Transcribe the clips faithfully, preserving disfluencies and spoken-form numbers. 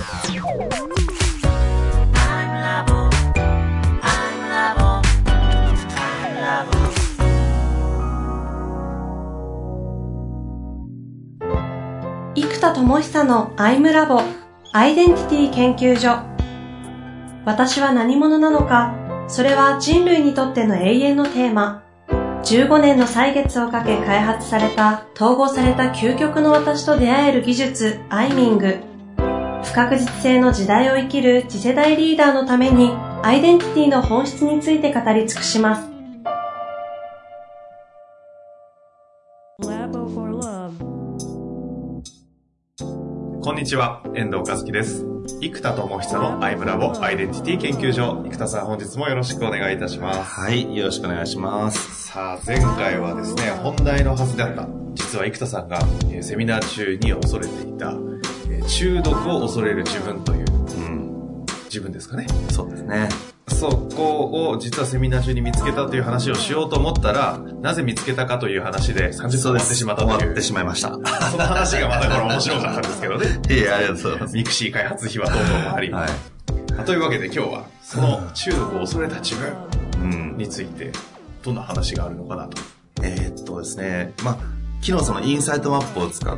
生田智久のアイムラボアイデンティティ研究所。私は何者なのか、それは人類にとっての永遠のテーマ。じゅうごねんの歳月をかけ開発された統合された究極の私と出会える技術アイミング。不確実性の時代を生きる次世代リーダーのためにアイデンティティの本質について語り尽くします。 こんにちは、遠藤和樹です。生田智久のアイムラボアイデンティティ研究所。生田さん、本日もよろしくお願いいたします。 はい、よろしくお願いします。 さあ、前回はですね、本題のはずであった、実は生田さんがセミナー中に恐れていた中毒を恐れる自分という、うん、自分ですかね。 そうですね。 そこを実はセミナー中に見つけたという話をしようと思ったら、なぜ見つけたかという話でさんじゅっぷん終わってしまったという。 終わってしまいました。 その話がまたこれ面白かったんですけどね。 いや、ありがとうございます。 ミクシー開発費はどうぞもあり。はい。というわけで今日は、その中毒を恐れた自分について、どんな話があるのかなと。 えー、っとですね、まあ、昨日そのインサイトマップを使って、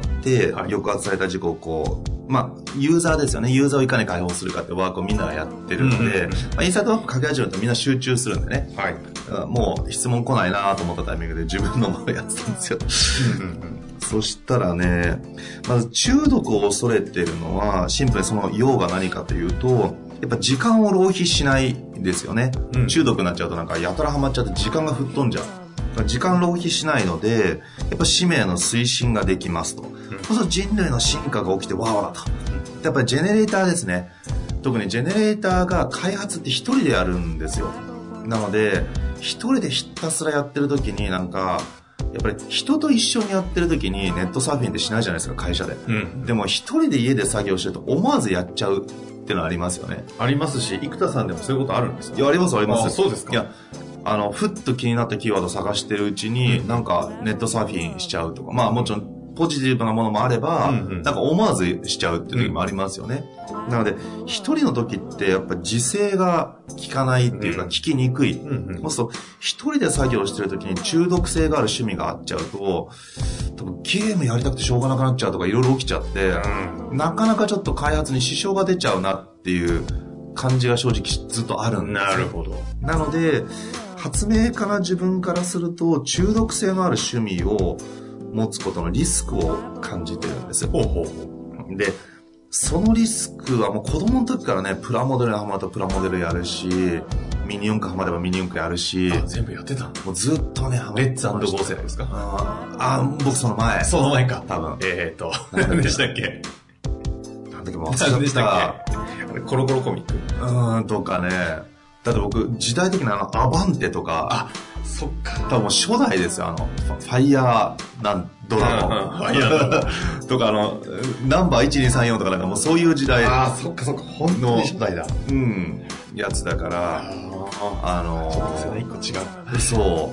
抑圧された事故をこう、まあ、ユーザーですよね。ユーザーをいかに解放するかってワークをみんながやってるので、うんうんうん、まあ、インサイトマップ書き始めるとみんな集中するんでね。はい。もう質問来ないなと思ったタイミングで自分のものをやってたんですよ。そしたらね、まず中毒を恐れてるのは、シンプルにその用が何かというと、やっぱ時間を浪費しないですよね。うん、中毒になっちゃうとなんかやたらハマっちゃって時間が吹っ飛んじゃう。時間浪費しないので、やっぱ使命の推進ができますと。うん、そうすると人類の進化が起きてわーわーと。やっぱりジェネレーターですね。特にジェネレーターが開発って一人でやるんですよ。なので、一人でひたすらやってる時になんか、やっぱり人と一緒にやってる時にネットサーフィンってしないじゃないですか、会社で。うん、でも一人で家で作業してると思わずやっちゃうっていうのはありますよね。 ありますし、生田さんでもそういうことあるんですか？ いや、ありますあります。 あ、そうですか。 いや、あの、ふっと気になったキーワードを探してるうちに、うん、なんかネットサーフィンしちゃうとか、まあもちろんポジティブなものもあれば、うんうん、なんか思わずしちゃうっていう時もありますよね。うん、なので、一人の時ってやっぱ自制が効かないっていうか、効きにくい。うんうん、そうすると、一人で作業してる時に中毒性がある趣味があっちゃうと、多分ゲームやりたくてしょうがなくなっちゃうとかいろいろ起きちゃって、うん、なかなかちょっと開発に支障が出ちゃうなっていう感じが正直ずっとあるんですよ。 なるほど。 なので、発明家な自分からすると中毒性のある趣味を持つことのリスクを感じてるんですよ。ほうほうほう。で、そのリスクはもう子供の時からね、プラモデルにハマったらプラモデルやるし、ミニ四駆ハマればミニ四駆やるし。 あ、全部やってたの？ もうずっとね、ハマってレッツ&ゴー世代ですか？ ああ、僕その前。 その前か。 多分。 えーと、何でしたっけ？ なんだっけ、もう忘れちゃった。何でしたっけ？ コロコロコミック。 うーん、とかね。だって僕、時代的にあの、アバンテとか。 あ、そっか。 多分もう初代ですよ、あの、ファイヤーなんドラゴン。ファイヤードラゴン。とかあの、ナンバーいちにさんよんとかなんかもうそういう時代。 ああ、そっかそっか。本当に初代だ。 うん。やつだから、あ、あのー、 ちょっと世代いっこ違う。 そう。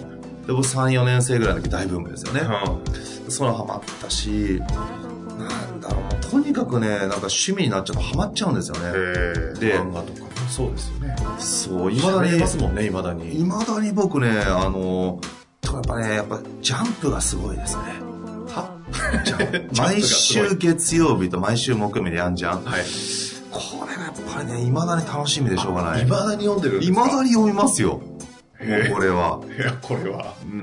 で、僕さん、よねん生ぐらいの時大ブームですよね。うん。そのハマったし、なんだろう、とにかくね、なんか趣味になっちゃうとハマっちゃうんですよね。 で、漫画とか。そうですよね。 そう、未だに。 ますもんね、未だに。 未だに僕ね、あの、やっぱね、やっぱジャンプがすごいですね。 は毎週月曜日と毎週木曜日でやんじゃん。 はい。 これがやっぱりね、未だに楽しみでしょうがない。 未だに読んでるんですか？ 未だに読みますよ。これは。 いや、これは。うん。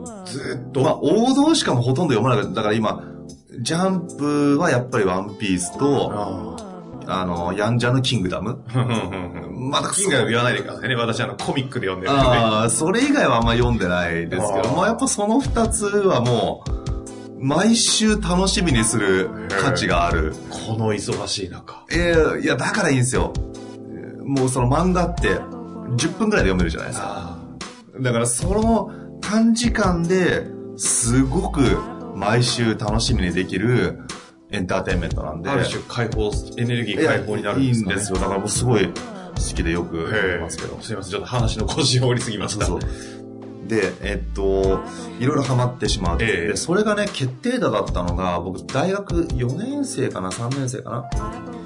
ずっと。 まあ、王道しかもほとんど読まない。だから今、ジャンプはやっぱりワンピースと、あの、ヤンジャのキングダム。 まだキングダム言わないでくださいね。私あのコミックで読んでるんで。 ああ、それ以外はあんま読んでないですけど、まあやっぱその二つはもう、毎週楽しみにする価値がある。 この忙しい中。 えー、いや、だからいいんですよ。もうその漫画ってじゅっぷんくらいで読めるじゃないですか。だからその短時間ですごく毎週楽しみにできるエンターテインメントなんで。 ある種解放、エネルギー解放になるんですかね。 いいんですよ。だからもうすごい好きでよく読みますけど。 すいません、ちょっと話の腰を折りすぎました。 そうそうで、えっと、いろいろハマってしまう。えー、で、それがね、決定打だったのが、僕、大学よねん生かな、さんねん生かな。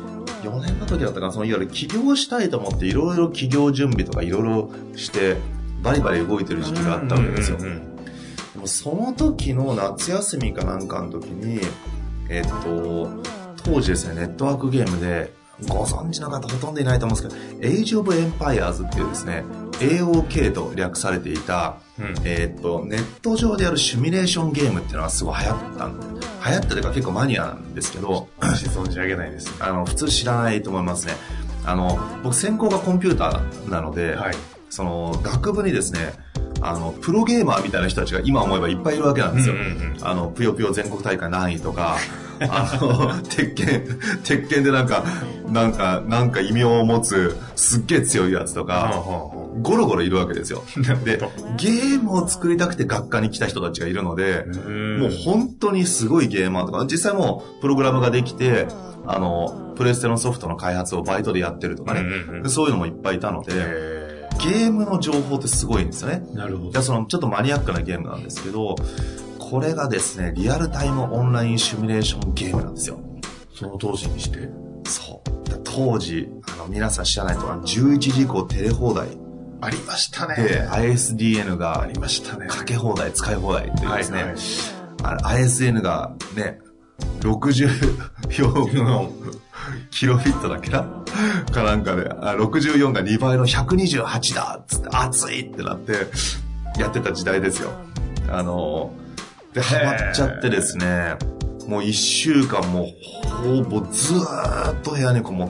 よねんの時だったかな、そのいわゆる起業したいと思っていろいろ起業準備とかいろいろしてバリバリ動いてる時期があったわけですよ。でもその時の夏休みかなんかの時に、えっと、当時ですね、ネットワークゲームで、ご存知の方ほとんどいないと思うんですけど、エイジオブエンパイアーズっていうですね、エーオーケー と略されていた、うん、えっと、ネット上でやるシミュレーションゲームっていうのがすごい流行ったんで、流行ったというか結構マニアなんですけど、 存じ上げないですね。 あの、普通知らないと思いますね。あの、僕専攻がコンピューターなので、はい、その、学部にですね、あの、プロゲーマーみたいな人たちが今思えばいっぱいいるわけなんですよ。うんうんうん、あの、ぷよぷよ全国大会何位とか、あの、鉄拳、鉄拳でなんか、なんか、なんか異名を持つ、すっげえ強いやつとか、ゴロゴロいるわけですよ。で、ゲームを作りたくて学科に来た人たちがいるので、もう本当にすごいゲーマーとか、実際もうプログラムができて、あの、プレステのソフトの開発をバイトでやってるとかね、うんうん、そういうのもいっぱいいたので、ゲームの情報ってすごいんですよね。 なるほど。 じゃあそのちょっとマニアックなゲームなんですけど、これがですね、リアルタイムオンラインシミュレーションゲームなんですよ。 その当時にして？ そう。当時、あの、皆さん知らないとか、じゅういちじ以降テレ放題。 ありましたね。 で、アイエスディーエヌ が、 ありましたね。 かけ放題、使い放題っていうですね。 はいはい、 あ アイエスエヌ がね、ろくじゅうよんのキロフィットだっけなかなんかで、あろくじゅうよんがにばいのひゃくにじゅうはちだっつって、熱いってなって、やってた時代ですよ。あの、で、ハマっちゃってですね、もう一週間もほぼずーっと部屋にこもって、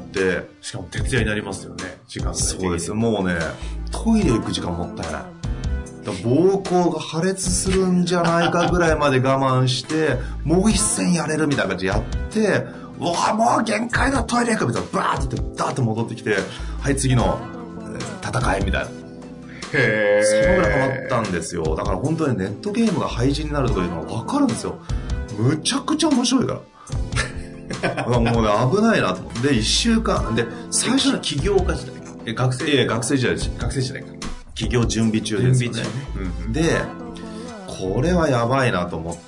しかも徹夜になりますよね、時間帯的に。 そうです。もうね、トイレ行く時間もったいない。膀胱が破裂するんじゃないかぐらいまで我慢して、もう一戦やれるみたいな感じでやって、うわ、もう限界だ、トイレ行くみたいな、バーって言って、ダーって戻ってきて、はい、次の戦いみたいな。 へー。 そのぐらいハマったんですよ。だから本当にネットゲームが廃人になるというのは分かるんですよ。むちゃくちゃ面白いから。もうね、危ないなと思って。で、一週間、で、 最初の起業家時代え、学生、 え、学生時代です。 学生時代か。 起業準備中ですよね。 準備中ね。 うん、で、これはやばいなと思って、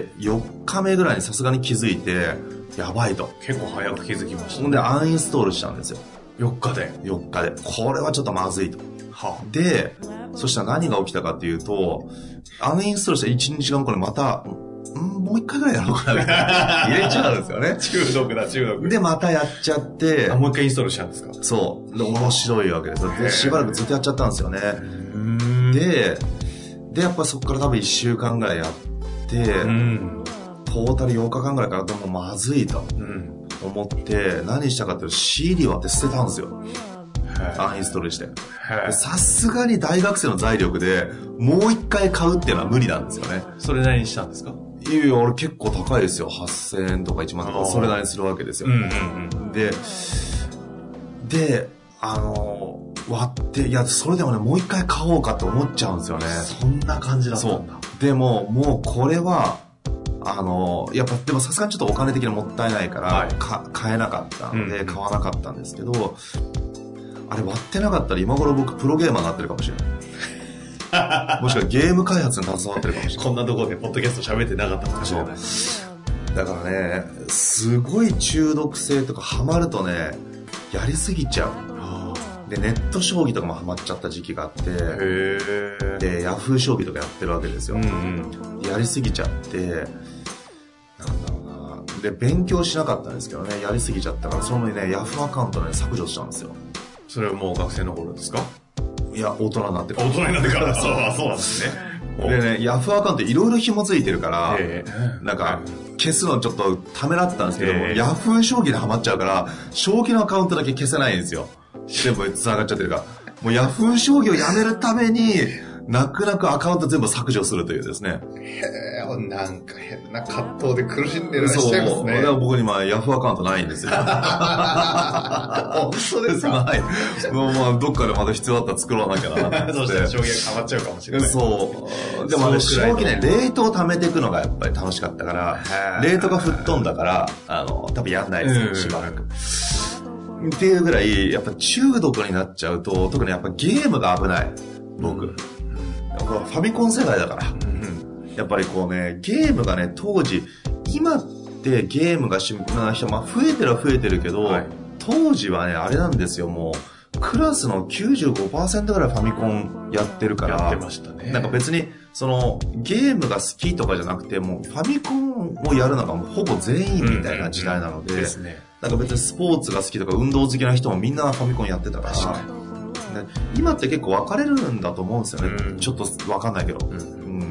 よっかめぐらいにさすがに気づいて、やばいと。 結構早く気づきました、ね。 ほんで、アンインストールしたんですよ。 よっかで。 よっかで。これはちょっとまずいと。はあ、で、そしたら何が起きたかっていうと、アンインストールしたいちにちかんこれまた、んもう一回ぐらいやろうかなみたいな。入れちゃうんですよね。 中毒だ、中毒。 で、またやっちゃって。 あ、もう一回インストールしちゃうんですか？ そう。で、面白いわけですよ。で、しばらくずっとやっちゃったんですよね。で、で、やっぱそこから多分いっしゅうかんぐらいやって、うん、トータルようかかんぐらいからでもまずいと思って、何したかっていうと シーディー 割って捨てたんですよ。アンインストールして。さすがに大学生の財力でもう一回買うっていうのは無理なんですよね。 それなりにしたんですか？ いやいや、俺結構高いですよ。はっせんえんとかいちまんとかそれなりにするわけですよ。うんうんうん、で、で、あの、割って、いや、それでもね、もう一回買おうかって思っちゃうんですよね。 そんな感じだったんだ。 そう。でも、もうこれは、あの、やっぱ、でもさすがにちょっとお金的にもったいないから、はい、か買えなかったので、うん、買わなかったんですけど、あれ割ってなかったら今頃僕プロゲーマーになってるかもしれない。もしくはゲーム開発に携わってるかもしれない。 こんなところでポッドキャスト喋ってなかったかもしれない。 だからね、すごい中毒性とかハマるとね、やりすぎちゃう。で、ネット将棋とかもハマっちゃった時期があって、 へで、ヤフー将棋とかやってるわけですよ。 うんうん、 やりすぎちゃって、なんだろうな。で、勉強しなかったんですけどね、やりすぎちゃったから、そのね、ヤフーアカウントね、削除したんですよ。 それはもう学生の頃ですか？ いや、大人になってから。 大人になってからそう、そうなんですね。 でね、ヤフーアカウントいろいろ紐ついてるから、なんか、消すのちょっとためらってたんですけども、ヤフー将棋でハマっちゃうから、将棋のアカウントだけ消せないんですよ。全部繋がっちゃってるから。もうヤフー将棋をやめるために、泣く泣くアカウント全部削除するというですね。 へぇ、なんか変な葛藤で苦しんでるらっしゃいますね。 そう。僕に今ヤフーアカウントないんですよ。 本当ですか？ はい。もうまあどっかでまた必要だったら作らなきゃなって。 そしたら将棋が変わっちゃうかもしれない。 そう。でもね、将棋ね、レートを貯めていくのがやっぱり楽しかったから、レートが吹っ飛んだから、あの、多分やんないですよ、しばらく。っていうぐらい、やっぱ中毒になっちゃうと、特にやっぱゲームが危ない。僕。うんファミコン世代だから、うん、やっぱりこうね、ゲームがね、当時、今ってゲームが趣味な人、まあ増えてるは増えてるけど、はい、 当時はね、あれなんですよ、もう、クラスの きゅうじゅうごパーセント ぐらいファミコンやってるから、 やってましたね。 なんか別に、その、ゲームが好きとかじゃなくて、もうファミコンをやるのがもうほぼ全員みたいな時代なので、 うんうん、ですね。 なんか別にスポーツが好きとか運動好きな人もみんなファミコンやってたから、今って結構分かれるんだと思うんですよね。うん、ちょっと分かんないけど、うんうん。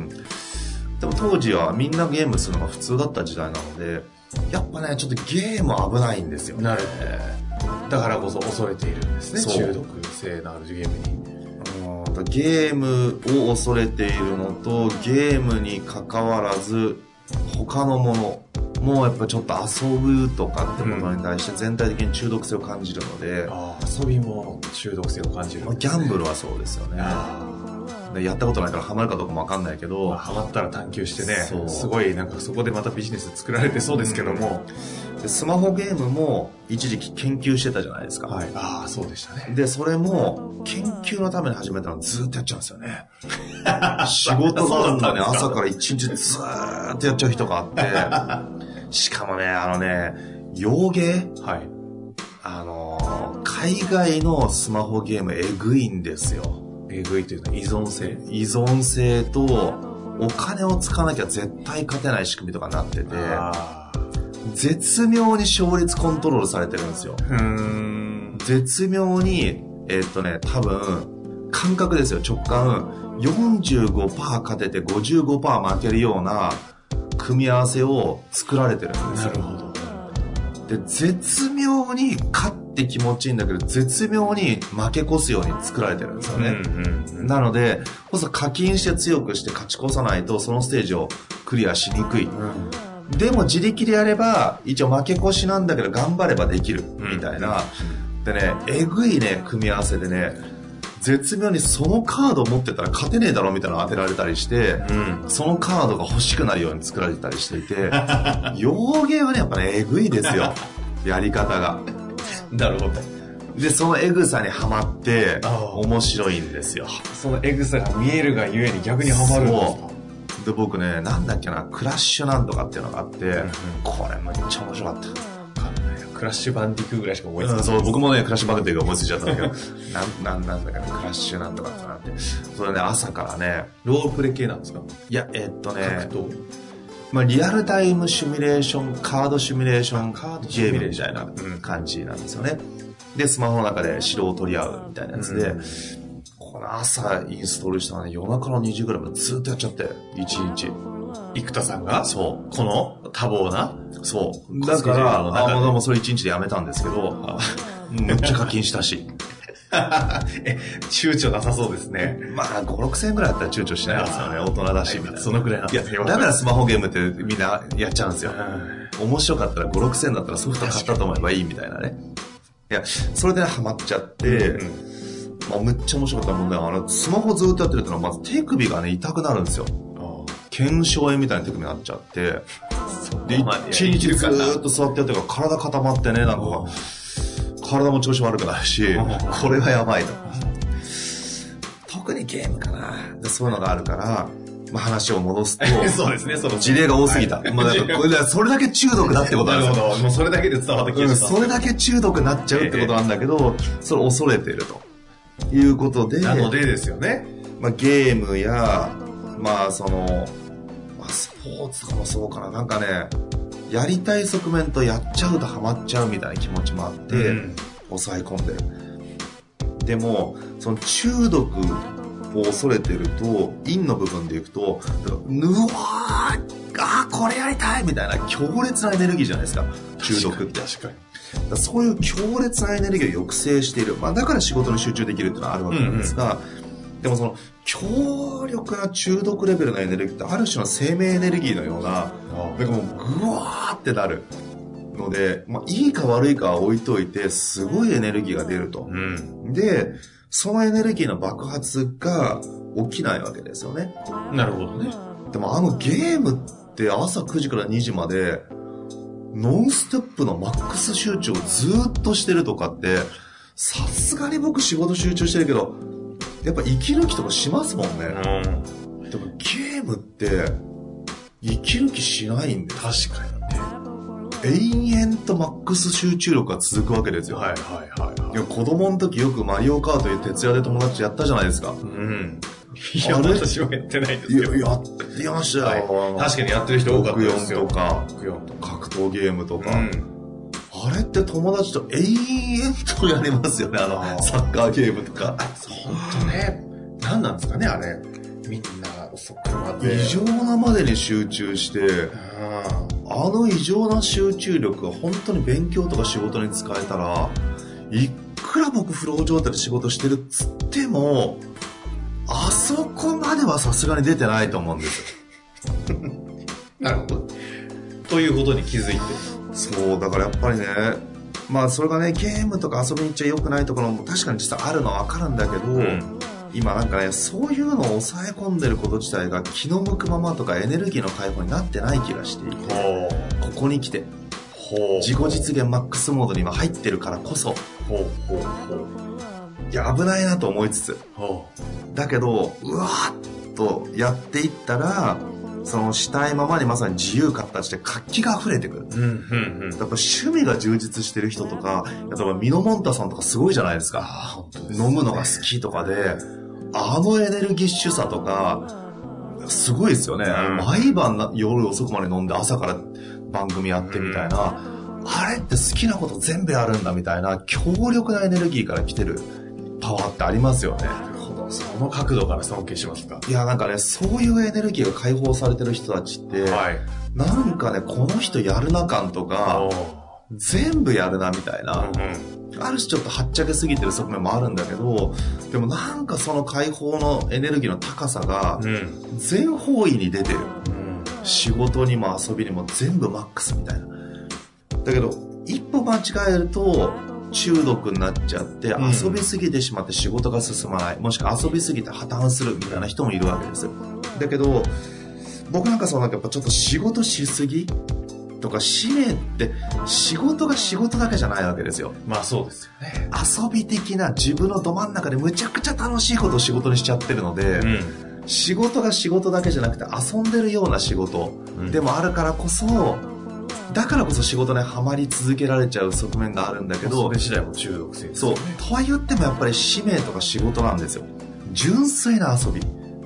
でも当時はみんなゲームするのが普通だった時代なので、やっぱね、ちょっとゲーム危ないんですよ。 なるほど。だからこそ恐れているんですね。中毒性のあるゲームに。 ゲームを恐れているのと、ゲームに関わらず、他のものもやっぱちょっと遊ぶとかってことに対して全体的に中毒性を感じるので、うん、 あ遊びも中毒性を感じる、ね、 ギャンブルはそうですよね。やったことないからハマるかどうかもわかんないけど、 まあ、ハマったら探求してね、すごいなんかそこでまたビジネス作られてそうですけども、 うん、でスマホゲームも一時期研究してたじゃないですか。 はい、ああそうでしたね。 でそれも研究のために始めたのずっとやっちゃうんですよね。仕事なんだね、朝から一日ずーっとやっちゃう人があってしかもね、あのね、洋芸、はい、あの海外のスマホゲームえぐいんですよ。 えぐいというのは依存性依存性とお金を使わなきゃ絶対勝てない仕組みとかになってて、絶妙に勝率コントロールされてるんですよ。うーん絶妙にえー、っとね多分感覚ですよ、直感 よんじゅうごパーセント 勝てて ごじゅうごパーセント 負けるような組み合わせを作られてるんですよ。なるほど。で絶妙に勝って気持ちいいんだけど絶妙に負け越すように作られてるんですよね、うんうんうん、なのでこそ課金して強くして勝ち越さないとそのステージをクリアしにくい、うん、でも自力でやれば一応負け越しなんだけど頑張ればできるみたいな、うん、でねえぐいね組み合わせでね絶妙にそのカードを持ってたら勝てねえだろみたいなのを当てられたりして、うん、そのカードが欲しくなるように作られてたりしていて洋芸はねやっぱねえぐいですよやり方が。 なるほど。 でそのエグさにはまって面白いんですよ。 そのエグさが見えるがゆえに逆にはまるんですか。 で僕ねなんだっけなクラッシュなんとかっていうのがあって、うん、これめっちゃ面白かった。 クラッシュバンディクーぐらいしか思いつかない、 うん、そう僕もねクラッシュバンディクー思いついちゃったんだけどなんなんなんだかねクラッシュなんとかってなってそれね朝からねロールプレイ系なんですか。 いやえー、っとねまあ、リアルタイムシミュレーションカードシミュレーションゲームみたいな感じなんですよね。でスマホの中で城を取り合うみたいなやつで、うん、この朝インストールしたらね夜中のにじぐらいまでずっとやっちゃっていちにち生田さんがそうこの多忙なそうだからあもうそれいちにちでやめたんですけどめっちゃ課金したしえ躊躇なさそうですね。 まあご、ろくせんえんぐらいだったら躊躇しないですよね。大人だしみたいな。 そのくらいなんですよ。だからスマホゲームってみんなやっちゃうんですよ。面白かったらご、ろくせんえんだったらソフト買ったと思えばいいみたいなね。いやそれでハマっちゃって、うんまあ、めっちゃ面白かったもんね。あのスマホずっとやってるってのはまず手首がね痛くなるんですよ。腱鞘炎みたいな手首になっちゃってで一日ずーっと座ってやってるから体固まってねなんか体も調子悪くなるしこれはやばいと。特にゲームかなでそういうのがあるから、まあ、話を戻すとそうですねその事例が多すぎた、はいまあ、これそれだけ中毒だってことなんですよ。 なるほどもうそれだけで伝わってきて、うん、 それだけ中毒になっちゃうってことなんだけど、ええ、それ恐れているということでなのでですよね、 まあ、ゲームやまあそのまあ、スポーツとかもそうかななんかねやりたい側面とやっちゃうとハマっちゃうみたいな気持ちもあって、うん、抑え込んでる。でもその中毒を恐れてると陰の部分でいくとぬわーあこれやりたいみたいな強烈なエネルギーじゃないですか中毒って。 確かにだそういう強烈なエネルギーを抑制している、まあ、だから仕事に集中できるっていうのはあるわけなんですが、うんうん、でもその強力な中毒レベルのエネルギーってある種の生命エネルギーのようななんかもうグワーってなるので、まあ、いいか悪いかは置いといてすごいエネルギーが出ると、うん、でそのエネルギーの爆発が起きないわけですよね。 なるほどね。 でもあのゲームって朝くじからにじまでノンストップのマックス集中をずっとしてるとかってさすがに僕仕事集中してるけどやっぱ息抜きとかしますもんね、うん、でもゲームって息抜きしないんで。 確かにね。 延々とマックス集中力が続くわけですよ。 はいはいはい、はい。 いや、子供の時よくマリオカートで徹夜で友達とやったじゃないですか。 うん。いや、私はやってないですけど。 いや、やってましたよ。 はい、確かにやってる人多かったですよ。 ろくよんとか、 ろくよんとか格闘ゲームとか。 うん、 あれって友達と永遠とやりますよね、あの、サッカーゲームとか。 本当ね。何なんですかね、あれ。みんな遅くまで。 異常なまでに集中して、あの異常な集中力が本当に勉強とか仕事に使えたら、いくら僕フロー状態で仕事してるっつっても、あそこまではさすがに出てないと思うんですよ。 なるほど。ということに気づいて。 そう、だからやっぱりね、まあそれがね、ゲームとか遊びに行っちゃ良くないところも確かに実はあるのはわかるんだけど、うん、今なんかね、そういうのを抑え込んでること自体が気の向くままとかエネルギーの解放になってない気がしていて、ここに来て、自己実現マックスモードに今入ってるからこそ、ほうほうほういや危ないなと思いつつ、だけどうわーっとやっていったらそのしたいままにまさに自由形で活気が溢れてくる、うんうんうん、やっぱ趣味が充実してる人とか、例えばミノモンタさんとかすごいじゃないですか。あ本当ですね、飲むのが好きとかであのエネルギッシュさとかすごいですよね、うん、毎晩夜遅くまで飲んで朝から番組やってみたいな、うん、あれって好きなこと全部やるんだみたいな強力なエネルギーから来てるパワーってありますよね。 なるほど、その角度から尊敬しますか。 いやなんかね、そういうエネルギーが解放されてる人たちって、はい、なんかねこの人やるな感とか全部やるなみたいな、うんうん、ある種ちょっとはっちゃけすぎてる側面もあるんだけど、でもなんかその解放のエネルギーの高さが全方位に出てる、うん、仕事にも遊びにも全部マックスみたいな。だけど一歩間違えると中毒になっちゃって遊びすぎてしまって仕事が進まない、もしくは遊びすぎて破綻するみたいな人もいるわけですよ。だけど僕なんかそうなんかやっぱちょっと仕事しすぎとか使命って仕事が仕事だけじゃないわけですよ。 まあそうですよね。 遊び的な自分のど真ん中でむちゃくちゃ楽しいことを仕事にしちゃってるので、うん、仕事が仕事だけじゃなくて遊んでるような仕事でもあるからこそ、だからこそ仕事にはまり続けられちゃう側面があるんだけど、 それ次第も中毒性ですよね。 そうとは言ってもやっぱり使命とか仕事なんですよ。純粋な遊び。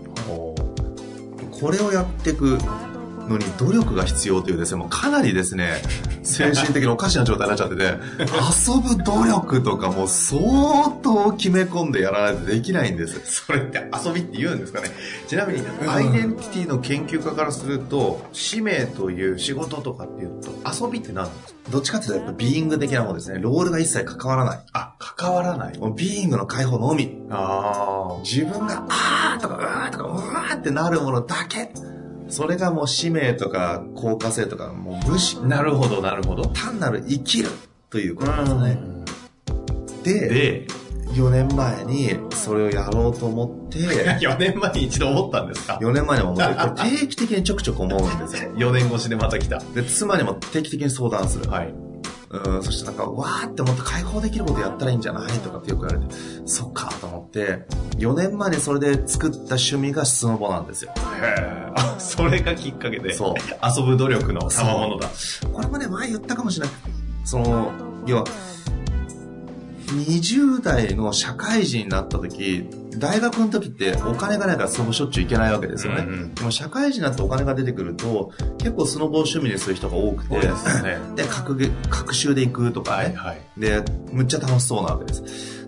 これをやっていくのに努力が必要というですね、もうかなりですね精神的におかしな状態になっちゃってて遊ぶ努力とかも相当決め込んでやらないとできないんです。 それって遊びって言うんですかね。ちなみに、うん、アイデンティティの研究家からすると使命という仕事とかっていうと遊びって何なんですか。 どっちかっていうとやっぱビーイング的なものですね。ロールが一切関わらない。 あ、関わらない。 もうビーイングの解放のみ。 ああ。 自分があーとかうわーとかうわーってなるものだけ。それがもう使命とか効果性とかもう無視。 なるほどなるほど。 単なる生きるということですね。で、でよねんまえにそれをやろうと思ってよねんまえに一度思ったんですか。 よねんまえにも思ってこれ定期的にちょくちょく思うんですよよねん越しでまた来た。 で妻にも定期的に相談する。はい。うん、そしてなんかわーって思って解放できることやったらいいんじゃないとかってよく言われて、そっかと思ってよねんまえにそれで作った趣味がスノボなんですよ。 へー、あ、それがきっかけで。そう、遊ぶ努力の賜物だ。 これもね前言ったかもしれない。その要はにじゅう代の社会人になった時、大学の時ってお金がないからスノボしょっちゅう行けないわけですよね、うんうん、でも社会人になってお金が出てくると結構スノボを趣味にする人が多くて、多いですね、で各各週で行くとかね、はいはい、でむっちゃ楽しそうなわけです。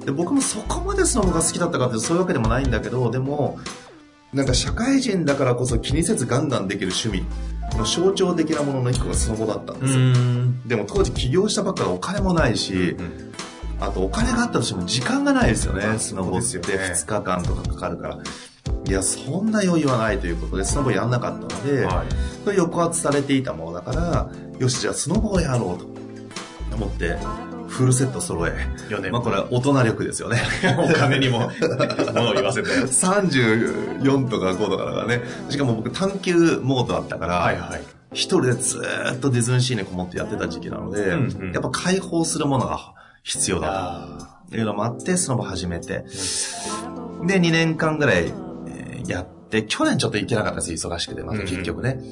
で僕もそこまでスノボが好きだったかってそういうわけでもないんだけど、でもなんか社会人だからこそ気にせずガンガンできる趣味の象徴的なものの一個がスノボだったんですよ。でも当時起業したばっかでお金もないし、うん、あとお金があったとしても時間がないですよね。スノボってふつかかんとかかかるから、いやそんな余裕はないということでスノボやんなかったので、はい、これ抑圧されていたものだから、よしじゃあスノボをやろうと思ってフルセット揃え、よねんまあこれは大人力ですよね。 お金にも物を言わせてさんじゅうよんとかごとかだからね。しかも僕探求モードだったから、はいはい、一人でずーっとディズニーシーにこもってやってた時期なので、うんうん、やっぱ解放するものが必要だというのもあってスノボ始めて、でにねんかんぐらいやって、去年ちょっと行けなかったです、忙しくてまた結局ね、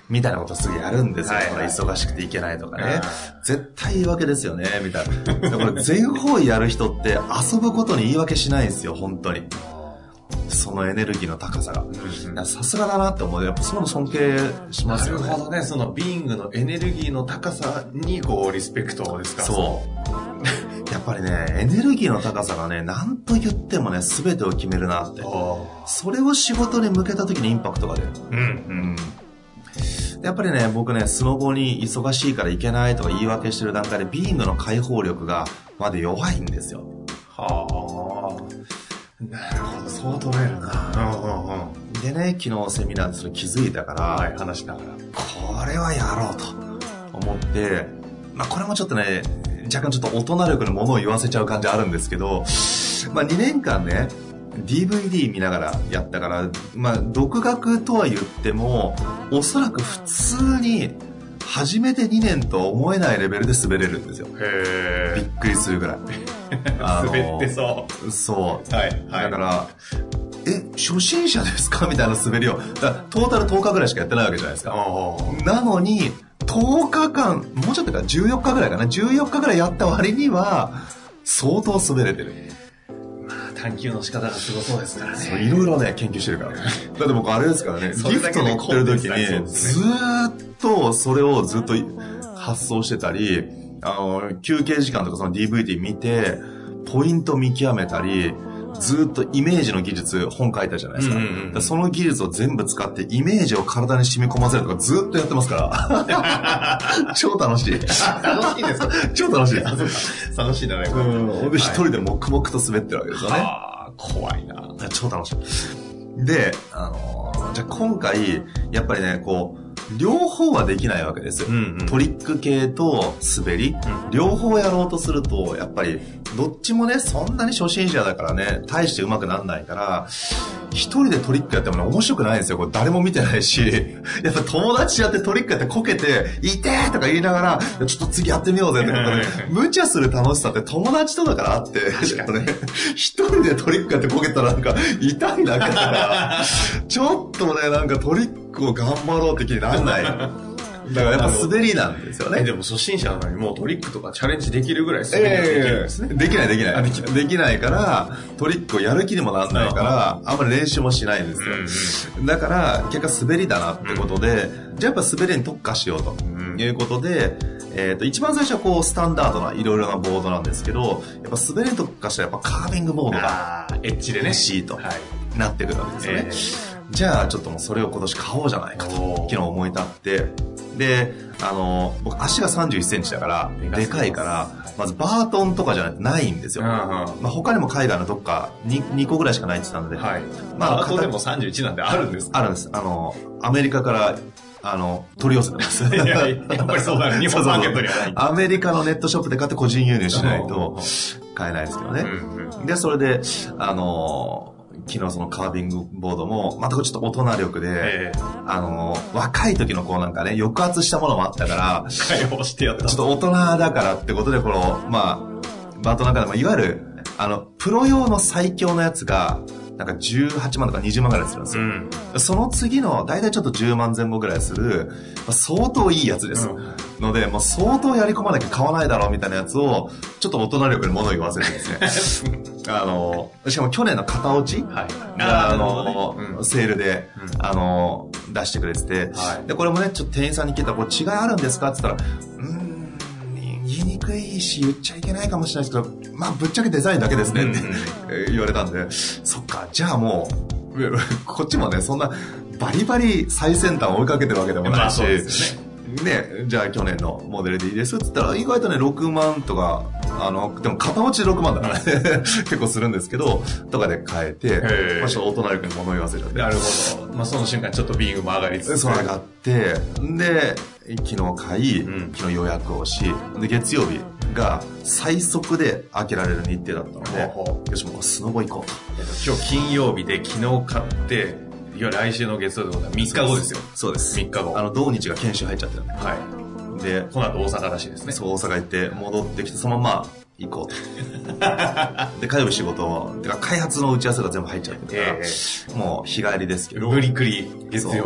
みたいなことすぐやるんですよ。 はいはい、 忙しくていけないとかね。絶対言い訳ですよね、みたいな。これ全方位やる人って遊ぶことに言い訳しないんですよ、本当に。そのエネルギーの高さが。さすがだなって思う。やっぱその尊敬しますよね。 なるほどね。そのビーイングのエネルギーの高さにこうリスペクトですか。 そうやっぱりね、エネルギーの高さがね、何と言ってもね、全てを決めるなって。それを仕事に向けた時にインパクトが出る。うんうんやっぱりね、僕ね、スノボに忙しいから行けないとか言い訳してる段階で、ビーイングの解放力がまだ弱いんですよ。 はあ。なるほど、そう取れるな。うんうんうん、 でね、昨日セミナーでそれ気づいたから、 はい、話しながら。 これはやろうと思って、まあこれもちょっとね、若干ちょっと大人力のものを言わせちゃう感じあるんですけど、まあにねんかんね、ディーブイディー 見ながらやったから、まあ、独学とは言っても、おそらく普通に、初めてにねんとは思えないレベルで滑れるんですよ。 へー。 びっくりするぐらい。 滑ってそう。 そう。 はい。はい、 だから、え、初心者ですかみたいな滑りを。だからトータルとおかぐらいしかやってないわけじゃないですか。なのに、とおかかん、もうちょっとかじゅうよっかぐらいかな。じゅうよっかぐらいやった割には、相当滑れてる。 探求の仕方がすごそうですからね。 いろいろね、研究してるから。だって僕あれですからね、リフト乗ってる時に、ずーっとそれをずっと発想してたり、あの、休憩時間とかその ディーブイディー 見て、ポイント見極めたり、ずっとイメージの技術、本書いたじゃないですか。うんうんうん、その技術を全部使ってイメージを体に染み込ませるとかずっとやってますから。超楽しい。 楽しいですか超楽しい。 楽しいだね。 うん。で、一人で黙々と滑ってるわけですよね。 ああ、怖いな。 超楽しい。で、あのー、じゃあ今回、やっぱりね、こう、両方はできないわけです。うんうん、トリック系と滑り、うん、両方やろうとすると、やっぱり、どっちもね、そんなに初心者だからね、大して上手くならないから、一人でトリックやってもね、面白くないんですよ。これ誰も見てないし、やっぱ友達やってトリックやってこけて、いてーとか言いながら、ちょっと次やってみようぜってことで、無茶する楽しさって友達とだからあって、確かにね、一人でトリックやってこけたらなんか、痛いだけだから、ちょっとね、なんかトリックを頑張ろうって気にならない。だからやっぱ滑りなんですよね。 でも初心者なのにもうトリックとかチャレンジできるぐらい滑りができるんですね。 えー、できないできない。できない。できないから、トリックをやる気にもなんないから、あんまり練習もしないんですよ。うんうん、だから、結果滑りだなってことで、うん、じゃあやっぱ滑りに特化しようということで、えっと、一番最初はこう、スタンダードないろいろなボードなんですけど、やっぱ滑りに特化したらやっぱカービングボードが、 エッジでね、 欲しいとなってくるわけですよね。えー、じゃあちょっともうそれを今年買おうじゃないかと、昨日思い立って、で、あの、僕足がさんじゅういっセンチだから、でかいから、まずバートンとかじゃないんですよ。うんうん、まあ、他にも海外のどっか 2, にこぐらいしかないって言ったので。はい。 まあ、バートンでもさんじゅういちなんであるんですか？ あるんです。あの、アメリカから、あの、取り寄せてます。いや、 やっぱりそうだね。日本マーケットにはない。 アメリカのネットショップで買って個人輸入しないと買えないですけどね。うんうん、で、それで、あの、昨日そのカービングボードも、またちょっと大人力で、あの、若い時のこうなんかね、抑圧したものもあったから、 解放してやった。 ちょっと大人だからってことで、この、まあ、バートの中でも、いわゆる、あの、プロ用の最強のやつが、なんかじゅうはちまんとかにじゅうまんぐらいするんですよ。うん、その次の、だいたいちょっとじゅうまんぜん後ぐらいする、まあ、相当いいやつです。うん、ので、もう相当やり込まなきゃ買わないだろうみたいなやつを、ちょっと大人力に物を言わせてですね。あの、しかも去年の型落ちが、はい、あの、うん、セールで、うん、あの、出してくれてて、はい、で、これもね、ちょっと店員さんに聞いたら、これ違いあるんですかって言ったら、うーん、言いにくいし、言っちゃいけないかもしれないですけど、まあ、ぶっちゃけデザインだけですねって、うん、言われたんで、そっか、じゃあもう、こっちもね、そんな、バリバリ最先端を追いかけてるわけでもないし、ね、じゃあ去年のモデルでいいですって言ったら、意外とね、ろくまんとか、あの、でも片落ちでろくまんだからね、結構するんですけど、とかで買えて、まあちょっと大人力に物言わせちゃって。 なるほど。まあその瞬間ちょっとビーイングも上がりつつ。 そう上がって、で、昨日買い、うん、昨日予約をし、で、月曜日が最速で開けられる日程だったので、ほうほうよし、もうスノボ行こうと。 今日金曜日で昨日買って、いや来週の月曜日でみっかごですよ。 そうです。 みっかご。 あの、同日が研修入っちゃってるんで。はい。で、 この後大阪らしいですね。 そう、大阪行って戻ってきて、そのまま行こうと。で、火曜日仕事、てか開発の打ち合わせが全部入っちゃってるから、えー、もう日帰りですけど。 無理くり、月曜日。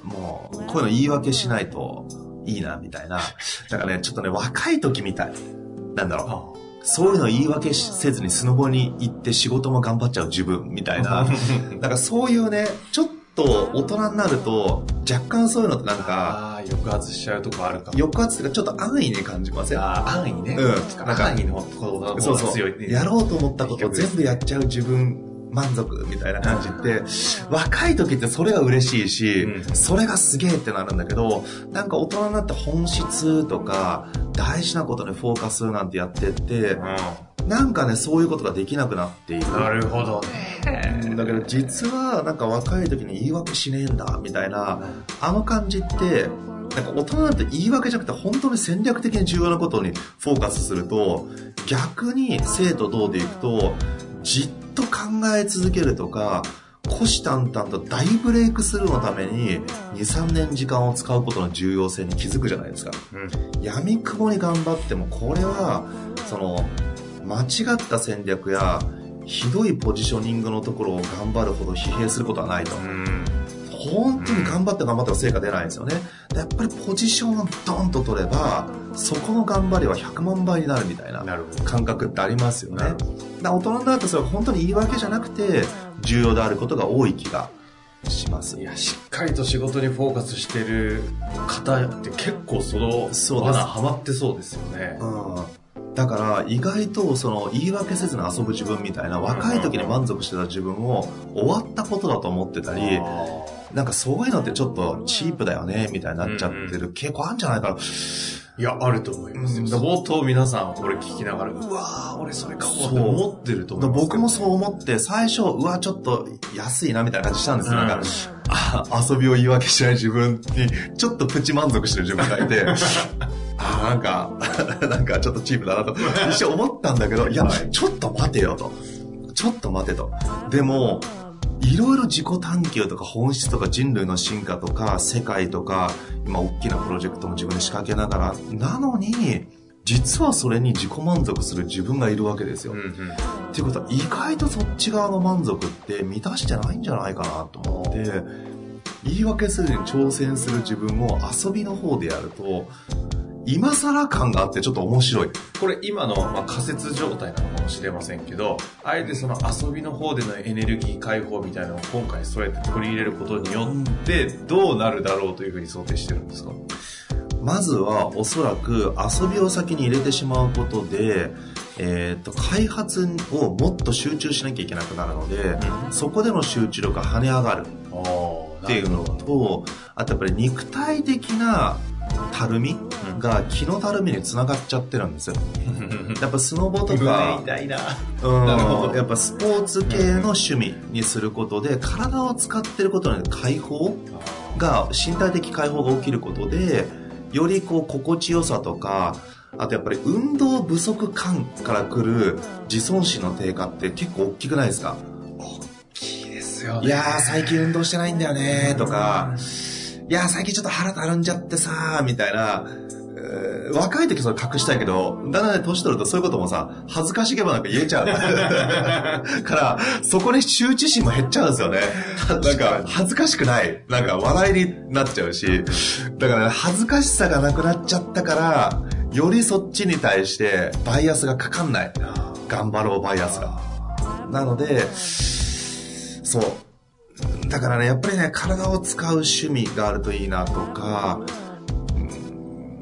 もう、こういうの言い訳しないといいな、みたいな。だからね、ちょっとね、若い時みたい。なんだろう。そういうの言い訳せずにスノボに行って仕事も頑張っちゃう自分、みたいな。だからそういうね、ちょっと大人になると、若干そういうのってなんか、 ああ、抑圧しちゃうとこあるかも。 抑圧っていうか、ちょっと安易に感じません？ ああ、安易ね。 うん。 なんか安易のことが強い、ね。 そうそう。やろうと思ったことを全部やっちゃう自分、満足みたいな感じって、若い時ってそれが嬉しいし、うん、それがすげえってなるんだけど、なんか大人になって本質とか、大事なことにフォーカスなんてやってって、うん、なんかね、そういうことができなくなっている。 なるほどね。 だけど実は、なんか若い時に言い訳しねえんだ、みたいな、あの感じって、なんか大人なんて言い訳じゃなくて本当に戦略的に重要なことにフォーカスすると、逆に生と同でいくと、じっと考え続けるとか、虎視眈々と大ブレイクスルーのためににさんねん時間を使うことの重要性に気づくじゃないですか。うん、闇雲に頑張っても、これはその間違った戦略やひどいポジショニングのところを頑張るほど疲弊することはないと。うん、本当に頑張って頑張っても成果出ないんですよね。やっぱりポジションをドンと取れば、そこの頑張りはひゃくまんばいになるみたいな感覚ってありますよね。だ大人になるとそれは本当に言い訳じゃなくて重要であることが多い気がします。 いや、しっかりと仕事にフォーカスしてる方って結構その罠ハマってそうですよね。 うん、だから意外とその言い訳せずに遊ぶ自分みたいな、若い時に満足してた自分を終わったことだと思ってたり、なんかそういうのってちょっとチープだよねみたいになっちゃってる傾向あるんじゃないかな。 いや、あると思いますよ。相当皆さんこれ聞きながら、うわー、俺それかもって思ってると思います。 僕もそう思って、最初、うわ、ちょっと安いなみたいな感じしたんですよ。うん、なんか、あ、遊びを言い訳しない自分に、ちょっとプチ満足してる自分がいて、あ、なんか、なんかちょっとチープだなと、一瞬思ったんだけど、いや、ちょっと待てよと。ちょっと待てと。でも、いろいろ自己探求とか本質とか人類の進化とか世界とか今大きなプロジェクトも自分で仕掛けながらなのに実はそれに自己満足する自分がいるわけですよ、うんうん、っていうことは意外とそっち側の満足って満たしてないんじゃないかなと思って言い訳するに挑戦する自分を遊びの方でやると今更感があってちょっと面白い。 これ今の、まあ、仮説状態なのかもしれませんけど、あえてその遊びの方でのエネルギー解放みたいなのを今回そうやって取り入れることによってどうなるだろうというふうに想定してるんですか？ まずはおそらく遊びを先に入れてしまうことで、えー、と開発をもっと集中しなきゃいけなくなるので、うん、そこでの集中力が跳ね上がるっていうのと、あとやっぱり肉体的なたるみが気のたるみにつながっちゃってるんですよ。やっぱスノボとか、 痛いな。 うん、やっぱスポーツ系の趣味にすることで体を使ってることによって解放が身体的解放が起きることでよりこう心地よさとか、あとやっぱり運動不足感から来る自尊心の低下って結構大きくないですか？ 大きいですよね。 いやー最近運動してないんだよねとか、いや最近ちょっと腹たるんじゃってさみたいな、えー、若い時それ隠したいけどだんだん年取るとそういうこともさ恥ずかしげばなんか言えちゃうからそこに羞恥心も減っちゃうんですよね。なんか恥ずかしくないなんか笑いになっちゃうし、だから、ね、恥ずかしさがなくなっちゃったからよりそっちに対してバイアスがかかんない、頑張ろうバイアスがなので、そうだからね、やっぱりね、体を使う趣味があるといいなとか、うん、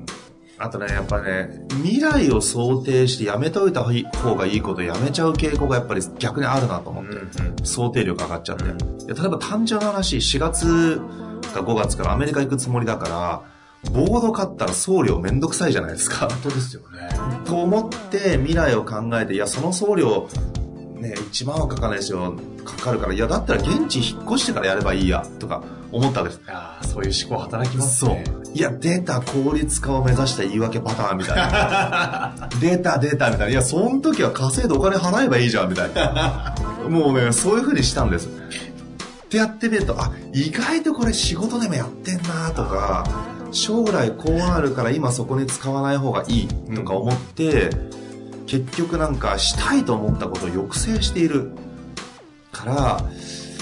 あとね、やっぱりね、未来を想定してやめといた方がいいことやめちゃう傾向がやっぱり逆にあるなと思って、うんうん、想定力上がっちゃって、うん、いや例えば単純な話、しがつかごがつからアメリカ行くつもりだから、ボード買ったら送料めんどくさいじゃないですか。 本当ですよね。 と思って未来を考えて、いや、その送料、ね、いちまんはかかんないですよ、かかるから、いやだったら現地引っ越してからやればいいやとか思ったわけです。 ああ、そういう思考働きますね。 そう、いや出た効率化を目指した言い訳パターンみたいな出た出たみたいな、いやその時は稼いでお金払えばいいじゃんみたいなもうね、そういう風にしたんですってやってみると、あ、意外とこれ仕事でもやってんなとか、将来こうなるから今そこに使わない方がいいとか思って、うん、結局なんかしたいと思ったことを抑制しているから、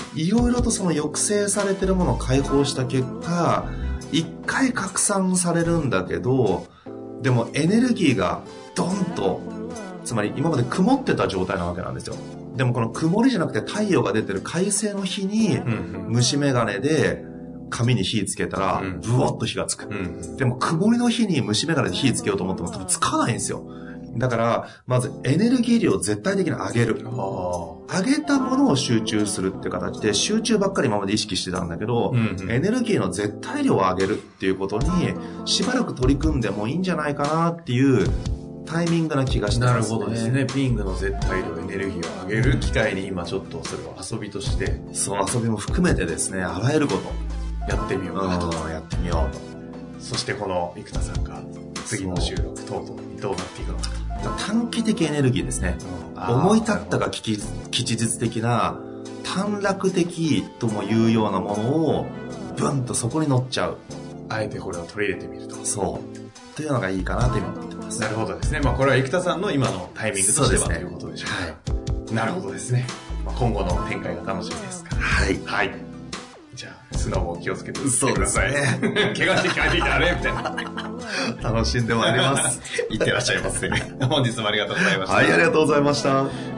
いろいろとその抑制されてるものを解放した結果、一回拡散されるんだけど、でもエネルギーがドンと、つまり今まで曇ってた状態なわけなんですよ。でもこの曇りじゃなくて太陽が出てる快晴の日に、虫眼鏡で紙に火つけたら、ブワッと火がつく。でも曇りの日に虫眼鏡で火つけようと思っても多分つかないんですよ。だから、まずエネルギー量を絶対的に上げる。上げたものを集中するっていう形で、集中ばっかり今まで意識してたんだけど、うんうん、エネルギーの絶対量を上げるっていうことに、しばらく取り組んでもいいんじゃないかなっていうタイミングな気がしてますね。 なるほどですね。ピングの絶対量、エネルギーを上げる機会に今ちょっとそれを遊びとして。 その遊びも含めてですね、あらゆること。 やってみようかと。 やってみようと。 そしてこの生田さんが次の収録等々にどうなっていくのかと。 短期的エネルギーですね。思い立ったが吉日的な短絡的とも言うようなものをブンとそこに乗っちゃう。 あえてこれを取り入れてみると。 そう。というのがいいかなと今思ってます。 なるほどですね。まあこれは生田さんの今のタイミングとしては、ね、ということでしょうか。 はい。 なるほどですね。まあ、今後の展開が楽しみですから。 はい。 はい。じゃあ、スノーも気をつけて打ってください。そうですね。怪我して聞かれていたらね、みたいな。 楽しんでまいります。 いってらっしゃいませ。本日もありがとうございました。 はい、ありがとうございました。